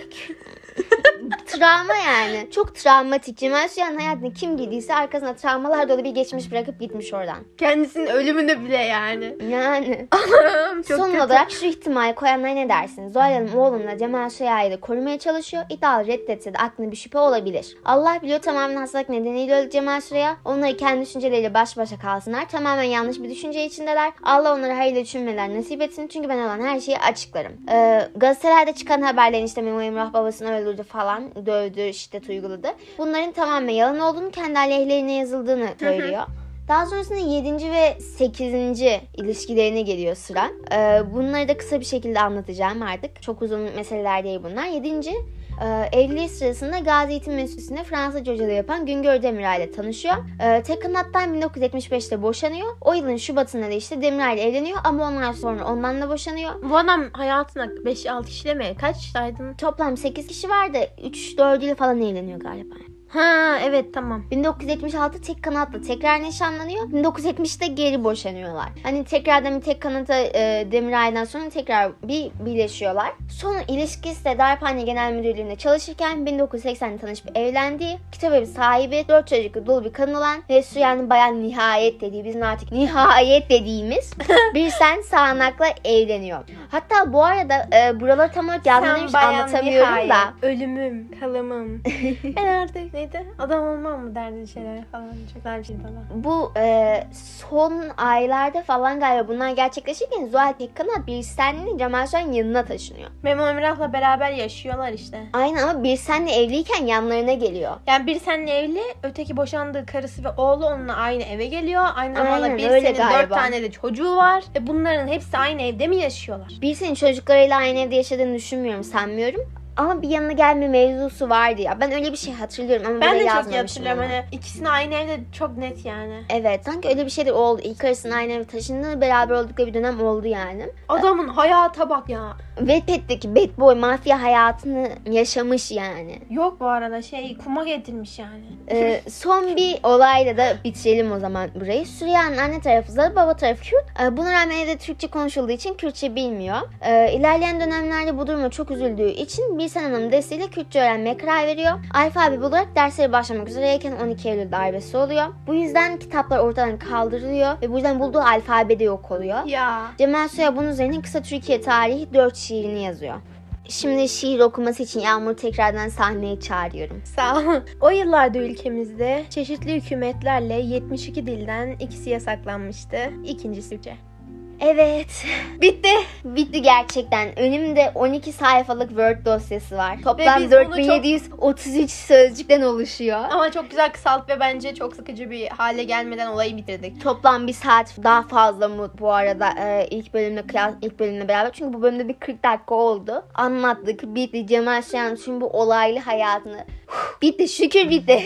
Travma yani. Çok travmatik. Cemal Süren'in hayatına kim girdiyse arkasına travmalar dolu bir geçmiş bırakıp gitmiş oradan. Kendisinin ölümünü bile yani. Yani. Çok Son kötü. olarak şu ihtimali koyanlar ne dersiniz? Zuhal Hanım oğlumla Cemal Süreyya'yı da korumaya çalışıyor. İddialı reddetse de aklına bir şüphe olabilir. Allah biliyor tamamen hastalık nedeniyle öldü Cemal Süreyya. Onları kendi düşünceleriyle baş başa kalsınlar. Tamamen yanlış bir düşünce içindeler. Allah onlara hayırlı düşünmeler nasip etsin. Çünkü ben olan her şeyi açıklarım. Ee, gazetelerde çıkan haberlerin işte Memo Emrah babasını öldürdü falan. Dövdü, şiddet uyguladı. Bunların tamamen yalan olduğunu, kendi aleyhlerine yazıldığını söylüyor. Daha sonrasında yedinci ve sekizinci ilişkilerine geliyor sıra. Ee, bunları da kısa bir şekilde anlatacağım artık. Çok uzun meseleler değil bunlar. yedinci e, evliliği sırasında Gazi Eğitim Enstitüsü'nde Fransızca hocalığı yapan Güngör Demirel ile tanışıyor. E, tek kanattan bin dokuz yüz yetmiş beşte boşanıyor. O yılın Şubat'ında da işte Demirel ile evleniyor ama onlar sonra ondan da boşanıyor. Bu adam hayatına beş altı kişiyle mi? Kaçtaydın? Toplam sekiz kişi vardı. üç dördüyle falan evleniyor galiba. Ha evet tamam. bin dokuz yüz yetmiş altı tek kanatla tekrar nişanlanıyor. bin dokuz yüz yetmişte geri boşanıyorlar. Hani tekrardan bir tek kanata e, Demiray'dan sonra tekrar bir birleşiyorlar. Sonra ilişkisi de Darphane Genel Müdürlüğü'nde çalışırken bin dokuz yüz seksende tanışıp evlendiği, kitap evi sahibi, dört çocuklu dolu bir kadın olan ve Süreyya'nın bayan nihayet dediği, bizim artık nihayet dediğimiz bir sen sağanakla evleniyor. Hatta bu arada e, buraları tam olarak yazmadığım anlatamıyorum da. Ölümüm, kalımım. Ben artık neydi? Adam olmam mı derdin şeyler falan. Çok güzel bir şey falan. Bu e, son aylarda falan galiba bunlar gerçekleşirken Zuhal Pekkanat Birsen'le Cemal Süren'in yanına taşınıyor. Memo Emrah'la beraber yaşıyorlar işte. Aynen ama Birsen'le evliyken yanlarına geliyor. Yani bir seninle evli, öteki boşandığı karısı ve oğlu onunla aynı eve geliyor. Aynı zamanda Aynen, bir öyle senin dört galiba. tane de çocuğu var. Ve bunların hepsi aynı evde mi yaşıyorlar? Birsen'in çocuklarıyla aynı evde yaşadığını düşünmüyorum, sanmıyorum. Ama bir yanına gelme mevzusu vardı ya. Ben öyle bir şey hatırlıyorum ama Ben buraya de çok iyi yazmamışım hatırlıyorum. ama. Hani ikisini aynı evde çok net yani. Evet, sanki öyle bir şey de oldu. İlk arasının aynı eve taşındığı, beraber oldukları bir dönem oldu yani. Adamın hayata bak ya. Wattpad'deki bad boy mafya hayatını yaşamış yani. Yok bu arada şey kuma getirmiş yani. Ee, son bir olayla da bitirelim o zaman burayı. Süreyya'nın anne tarafı Zar, baba tarafı Kürt. Ee, buna rağmen evde Türkçe konuşulduğu için Kürtçe bilmiyor. Ee, ilerleyen dönemlerde bu duruma çok üzüldüğü için Birsen Hanım desteğiyle Kürtçe öğrenmeye karar veriyor. Alfabe olarak dersleri başlamak üzereyken on iki Eylül darbesi oluyor. Bu yüzden kitaplar ortadan kaldırılıyor ve bu yüzden bulduğu alfabe de yok oluyor. Ya. Cemal Süreya bunun üzerine kısa Türkiye tarihi dört şiirini yazıyor. Şimdi şiir okuması için Yağmur'u tekrardan sahneye çağırıyorum. Sağ ol. O yıllarda ülkemizde çeşitli hükümetlerle yetmiş iki dilden ikisi yasaklanmıştı. İkincisi Türkçe. Evet. Bitti. Bitti gerçekten. Önümde on iki sayfalık Word dosyası var. Ve Toplam biz dört bunu bin yedi yüz otuz üç sözcükten oluşuyor. Ama çok güzel kısalt ve bence çok sıkıcı bir hale gelmeden olayı bitirdik. Toplam bir saat daha fazla mı bu arada e, ilk bölümle kıyas ilk bölümle beraber. Çünkü bu bölümde bir kırk dakika oldu. Anlattık. Bitti. Cemal Süreyya'nın tüm bu olaylı hayatını. Bitti. Şükür bitti.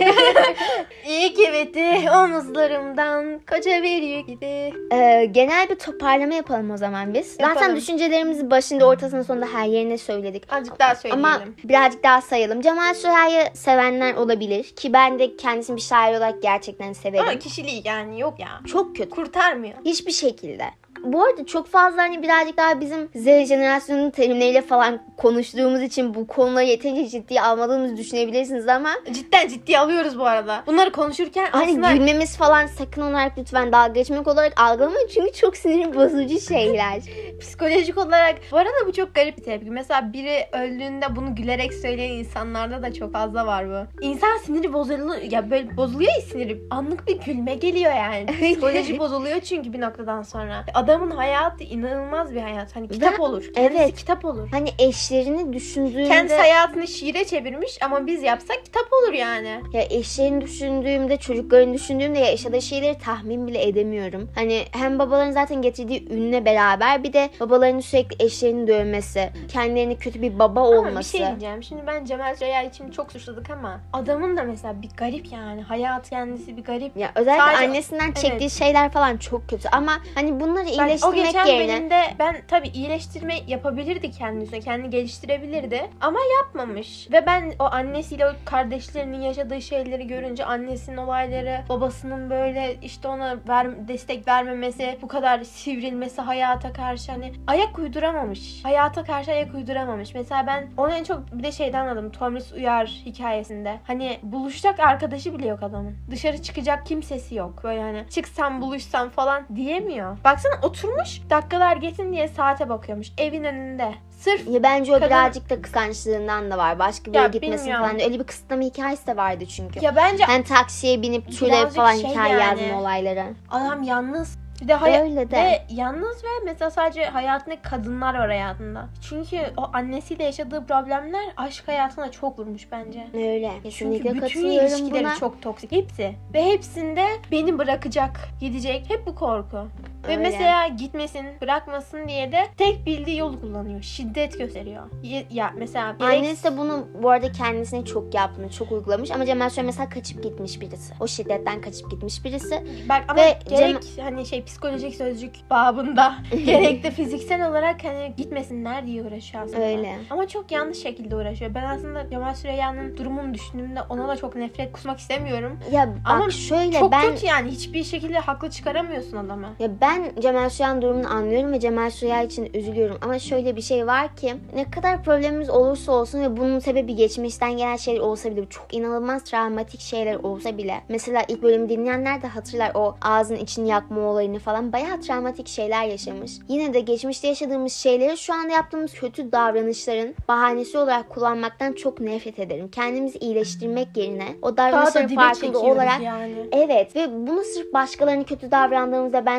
İyi ki bitti. Omuzlarımdan koca bir yük gibi. Ee, genel bir toparlama yapalım o zaman biz. Yapalım. Zaten düşüncelerimizi başında, ortasında, sonunda her yerine söyledik. Azıcık daha söyleyelim. Ama birazcık daha sayalım. Cemal Süreyya'yı sevenler olabilir ki ben de kendisini bir şair olarak gerçekten severim. Ama kişiliği yani yok ya. Çok kötü. Kurtarmıyor. Hiçbir şekilde. Bu arada çok fazla hani birazcık daha bizim Z jenerasyonunun terimleriyle falan konuştuğumuz için bu konuları yeterince ciddiye almadığımızı düşünebilirsiniz ama Cidden ciddiye alıyoruz bu arada. Bunları konuşurken hani aslında... gülmemiz falan sakın olarak lütfen dalga geçmek olarak algılamayın çünkü çok sinir bozucu şeyler. Psikolojik olarak bu arada bu çok garip bir tepki. Mesela biri öldüğünde bunu gülerek söyleyen insanlarda da çok fazla var bu. İnsan siniri bozuluyor ya, böyle bozuluyor ya siniri. Anlık bir gülme geliyor yani. Psikoloji bozuluyor çünkü bir noktadan sonra. Adamın hayatı inanılmaz bir hayat. Hani kitap Ve- olur. Kendisi evet. kitap olur. Hani eşlerini düşündüğümde Kendisi hayatını şiire çevirmiş ama biz yapsak kitap olur yani. ya eşlerini düşündüğümde, çocuklarını düşündüğümde ya yaşadığı şeyleri tahmin bile edemiyorum. Hani hem babaların zaten getirdiği ünle beraber bir de babalarının sürekli eşlerini dövmesi, kendilerini kötü bir baba Ama bir olması. şey diyeceğim. Şimdi ben Cemal Süreya için çok suçladık ama adamın da mesela bir garip yani. Hayat kendisi bir garip. Ya özellikle Sadece- annesinden evet. çektiği şeyler falan çok kötü ama hani bunları Ben o iyileştirmek geçen yerine bölümde ben tabii iyileştirme yapabilirdi kendisine. Kendini geliştirebilirdi. Ama yapmamış. Ve ben o annesiyle o kardeşlerinin yaşadığı şeyleri görünce annesinin olayları, babasının böyle işte ona ver, destek vermemesi, bu kadar sivrilmesi hayata karşı hani ayak uyduramamış. Hayata karşı ayak uyduramamış. Mesela ben onu en çok bir de şeyden anladım. Tomris Uyar hikayesinde. Hani buluşacak arkadaşı bile yok adamın. Dışarı çıkacak kimsesi yok. Böyle hani çıksam buluşsam falan diyemiyor. Baksana oturmuş dakikalar geçsin diye saate bakıyormuş. Evin önünde. Sırf ya bence o Kadın- birazcık da kıskançlığından da var. Başka bir Ya yere gitmesinin bilmiyorum. falan. Öyle bir kısıtlama hikayesi de vardı çünkü. ya bence Hani taksiye binip türev Birazcık falan şey hikaye yani. yazma olayları. adam yalnız. Bir de hay- Öyle de. ve yalnız ve mesela sadece hayatında kadınlar var hayatında. Çünkü o annesiyle yaşadığı problemler aşk hayatına çok vurmuş bence. Öyle. Çünkü Kesinlikle bütün katılıyorum ilişkileri buna. çok toksik. Hepsi. Ve hepsinde beni bırakacak, gidecek. Hep bu korku. Ve Öyle. mesela gitmesin, bırakmasın diye de tek bildiği yolu kullanıyor. Şiddet gösteriyor. Ye- Ya mesela gerek- Annesi de bunu bu arada kendisine çok yaptığını, çok uygulamış ama Cemal Süreya mesela kaçıp gitmiş birisi. O şiddetten kaçıp gitmiş birisi. Bak ama Ve gerek hani şey psikolojik sözcük babında gerek de fiziksel olarak hani gitmesinler diye uğraşıyor aslında. Öyle. Ama çok yanlış şekilde uğraşıyor. Ben aslında Cemal Süreyya'nın durumunu düşündüğümde ona da çok nefret kusmak istemiyorum. Ya bak Ama şöyle çok ben kötü yani. Hiçbir şekilde haklı çıkaramıyorsun adamı. ya ben Cemal Süreyya'nın durumunu anlıyorum ve Cemal Süreya için üzülüyorum ama şöyle bir şey var ki ne kadar problemimiz olursa olsun ve bunun sebebi geçmişten gelen şeyler olsa bile, çok inanılmaz travmatik şeyler olsa bile, mesela ilk bölümü dinleyenler de hatırlar o ağzın içini yakma olayını falan, bayağı travmatik şeyler yaşamış. Yine de geçmişte yaşadığımız şeyleri şu anda yaptığımız kötü davranışların bahanesi olarak kullanmaktan çok nefret ederim. Kendimizi iyileştirmek yerine o Daha da davranışların dibe farkında çekiyoruz olarak yani. evet ve bunu sırf başkalarını kötü davrandığımızda ben şöyleydim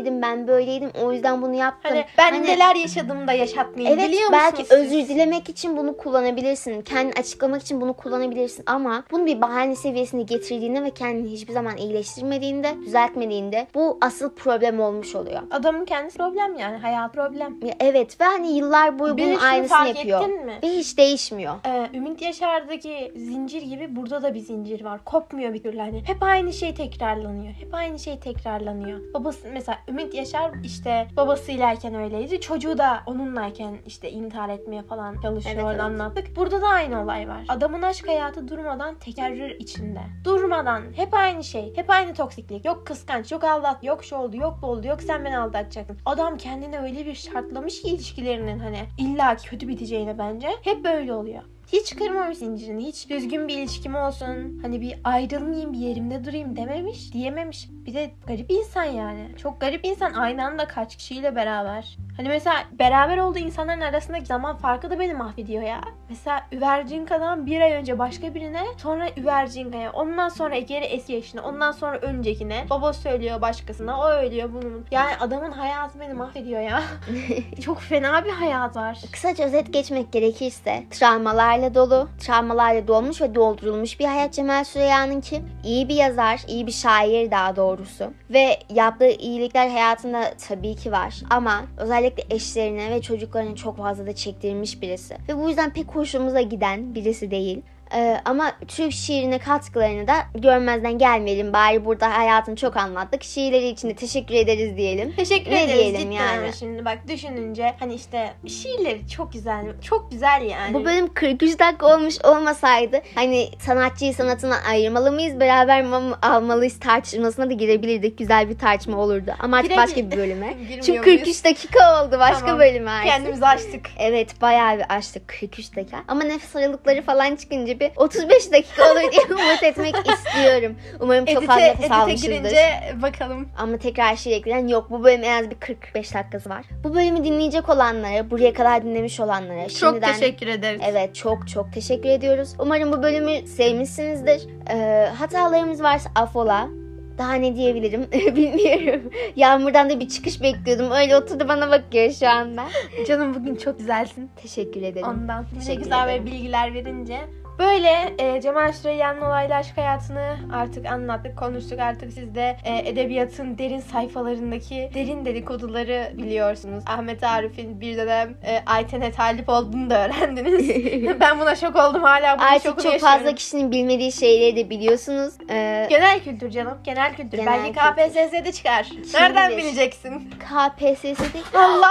şöyleydim, ben böyleydim, o yüzden bunu yaptım. Hani ben Hani- neler yaşadım da yaşatmayayım, Evet, biliyor belki musunuz özür siz? dilemek için bunu kullanabilirsin. Kendini açıklamak için bunu kullanabilirsin ama bunu bir bahane seviyesine getirdiğinde ve kendini hiçbir zaman iyileştirmediğinde, düzeltmediğinde bu asıl problem olmuş oluyor. Adamın kendisi problem yani. Hayat problem. Ya evet ve hani yıllar boyu Bir de bunun şunu aynısını fark yapıyor. ettin mi? Ve hiç değişmiyor. Ee, Ümit Yaşar'daki zincir gibi burada da bir zincir var. Kopmuyor bir türlü hani. Hep aynı şey tekrarlanıyor. Hep aynı şey tekrarlanıyor. Babası mesela Ümit Yaşar işte babasıylayken öyleydi. Çocuğu da onunlayken işte intihar etmeye falan çalışıyor. Evet, Orada evet. anlattık. Burada da aynı olay var. Adamın aşk hayatı durmadan tekerrür içinde. Durmadan. Hep aynı şey. Hep aynı toksiklik. Yok kıskanç. Yok aldat. Yok şu oldu. Yok bu oldu. Yok sen beni aldatacaktın. Adam kendine öyle bir şartlamış ki ilişkilerinin hani illa kötü biteceğine bence. Hep böyle oluyor. Hiç kırmamış zincirini. Hiç düzgün bir ilişkim olsun. Hani bir ayrılmayayım, bir yerimde durayım dememiş, diyememiş. Bir de garip insan yani. Çok garip insan, aynı anda kaç kişiyle beraber. Hani mesela beraber olduğu insanların arasındaki zaman farkı da beni mahvediyor ya. Mesela Üvercinka'dan bir ay önce başka birine, sonra Üvercinka'ya, ondan sonra geri eski eşine, ondan sonra öncekine. Baba söylüyor başkasına, o ölüyor bunun. Yani adamın hayatı beni mahvediyor ya. Çok fena bir hayat var. Kısaca özet geçmek gerekirse travmalarla dolu, travmalarla dolmuş ve doldurulmuş bir hayat Cemal Süreyya'nınki. İyi bir yazar, iyi bir şair daha doğrusu. Ve yaptığı iyilikler hayatında tabii ki var. Ama özellikle eşlerine ve çocuklarına çok fazla da çektirmiş birisi. Ve bu yüzden pek hoşumuza giden birisi değil. Ee, ama Türk şiirine katkılarını da görmezden gelmeyelim. Bari burada hayatını çok anlattık. Şiirleri için de teşekkür ederiz diyelim. Teşekkür Ne ederiz diyelim cidden yani? ama şimdi bak düşününce hani işte şiirleri çok güzel. Çok güzel yani. Bu bölüm kırk üç dakika olmuş olmasaydı hani sanatçıyı sanatından ayırmalı mıyız, beraber mi almalıyız tartışmasına da girebilirdik. Güzel bir tartışma olurdu. Ama artık Girebil- başka bir bölüme. Girmiyor Çünkü kırk üç muyuz? dakika oldu. Başka Tamam. bölüme artık. Kendimizi açtık. Evet, bayağı bir açtık kırk üç dakika. Ama nefes aralıkları falan çıkınca bir otuz beş dakika olur diye umut etmek istiyorum. Umarım çok fazla Edite, nefes edite almışızdır. girince bakalım. Ama tekrar şiir eklenen yok. Bu bölüm en az bir kırk beş dakikası var. Bu bölümü dinleyecek olanlara, buraya kadar dinlemiş olanlara Çok şimdiden teşekkür ederiz. evet çok çok teşekkür ediyoruz. Umarım bu bölümü sevmişsinizdir. Ee, hatalarımız varsa affola. Daha ne diyebilirim bilmiyorum. Yağmurdan da bir çıkış bekliyordum. Öyle oturdu bana bakıyor şu anda. Canım bugün çok güzelsin. Teşekkür ederim. Ondan. Ne Teşekkür güzel ederim. ve bilgiler verince. Böyle e, Cemal Süreyya'nın olaylı aşk hayatını artık anlattık, konuştuk. Artık siz de e, edebiyatın derin sayfalarındaki derin dedikoduları biliyorsunuz. Ahmet Arif'in bir dönem e, Ayten'e talip olduğunu da öğrendiniz. Ben buna şok oldum, hala bunun Artık şokunu çok yaşıyorum. fazla kişinin bilmediği şeyleri de biliyorsunuz. Ee, Genel kültür canım, genel kültür. Genel Belki K P S S'de çıkar. Nereden bilir? bileceksin? K P S S'de Allah!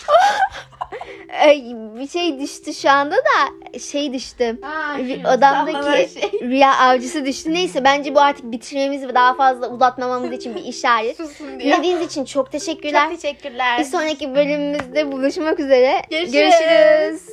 Ay, bir şey düştü şu anda da şey düştü. Rü- Odamdaki sallanan şey. rüya avcısı düştü. Neyse bence bu artık bitirmemiz ve daha fazla uzatmamamız için bir işaret. Susun diyor. Dinlediğiniz için çok teşekkürler. Çok teşekkürler. Bir sonraki bölümümüzde buluşmak üzere. Görüşürüz. Görüşürüz.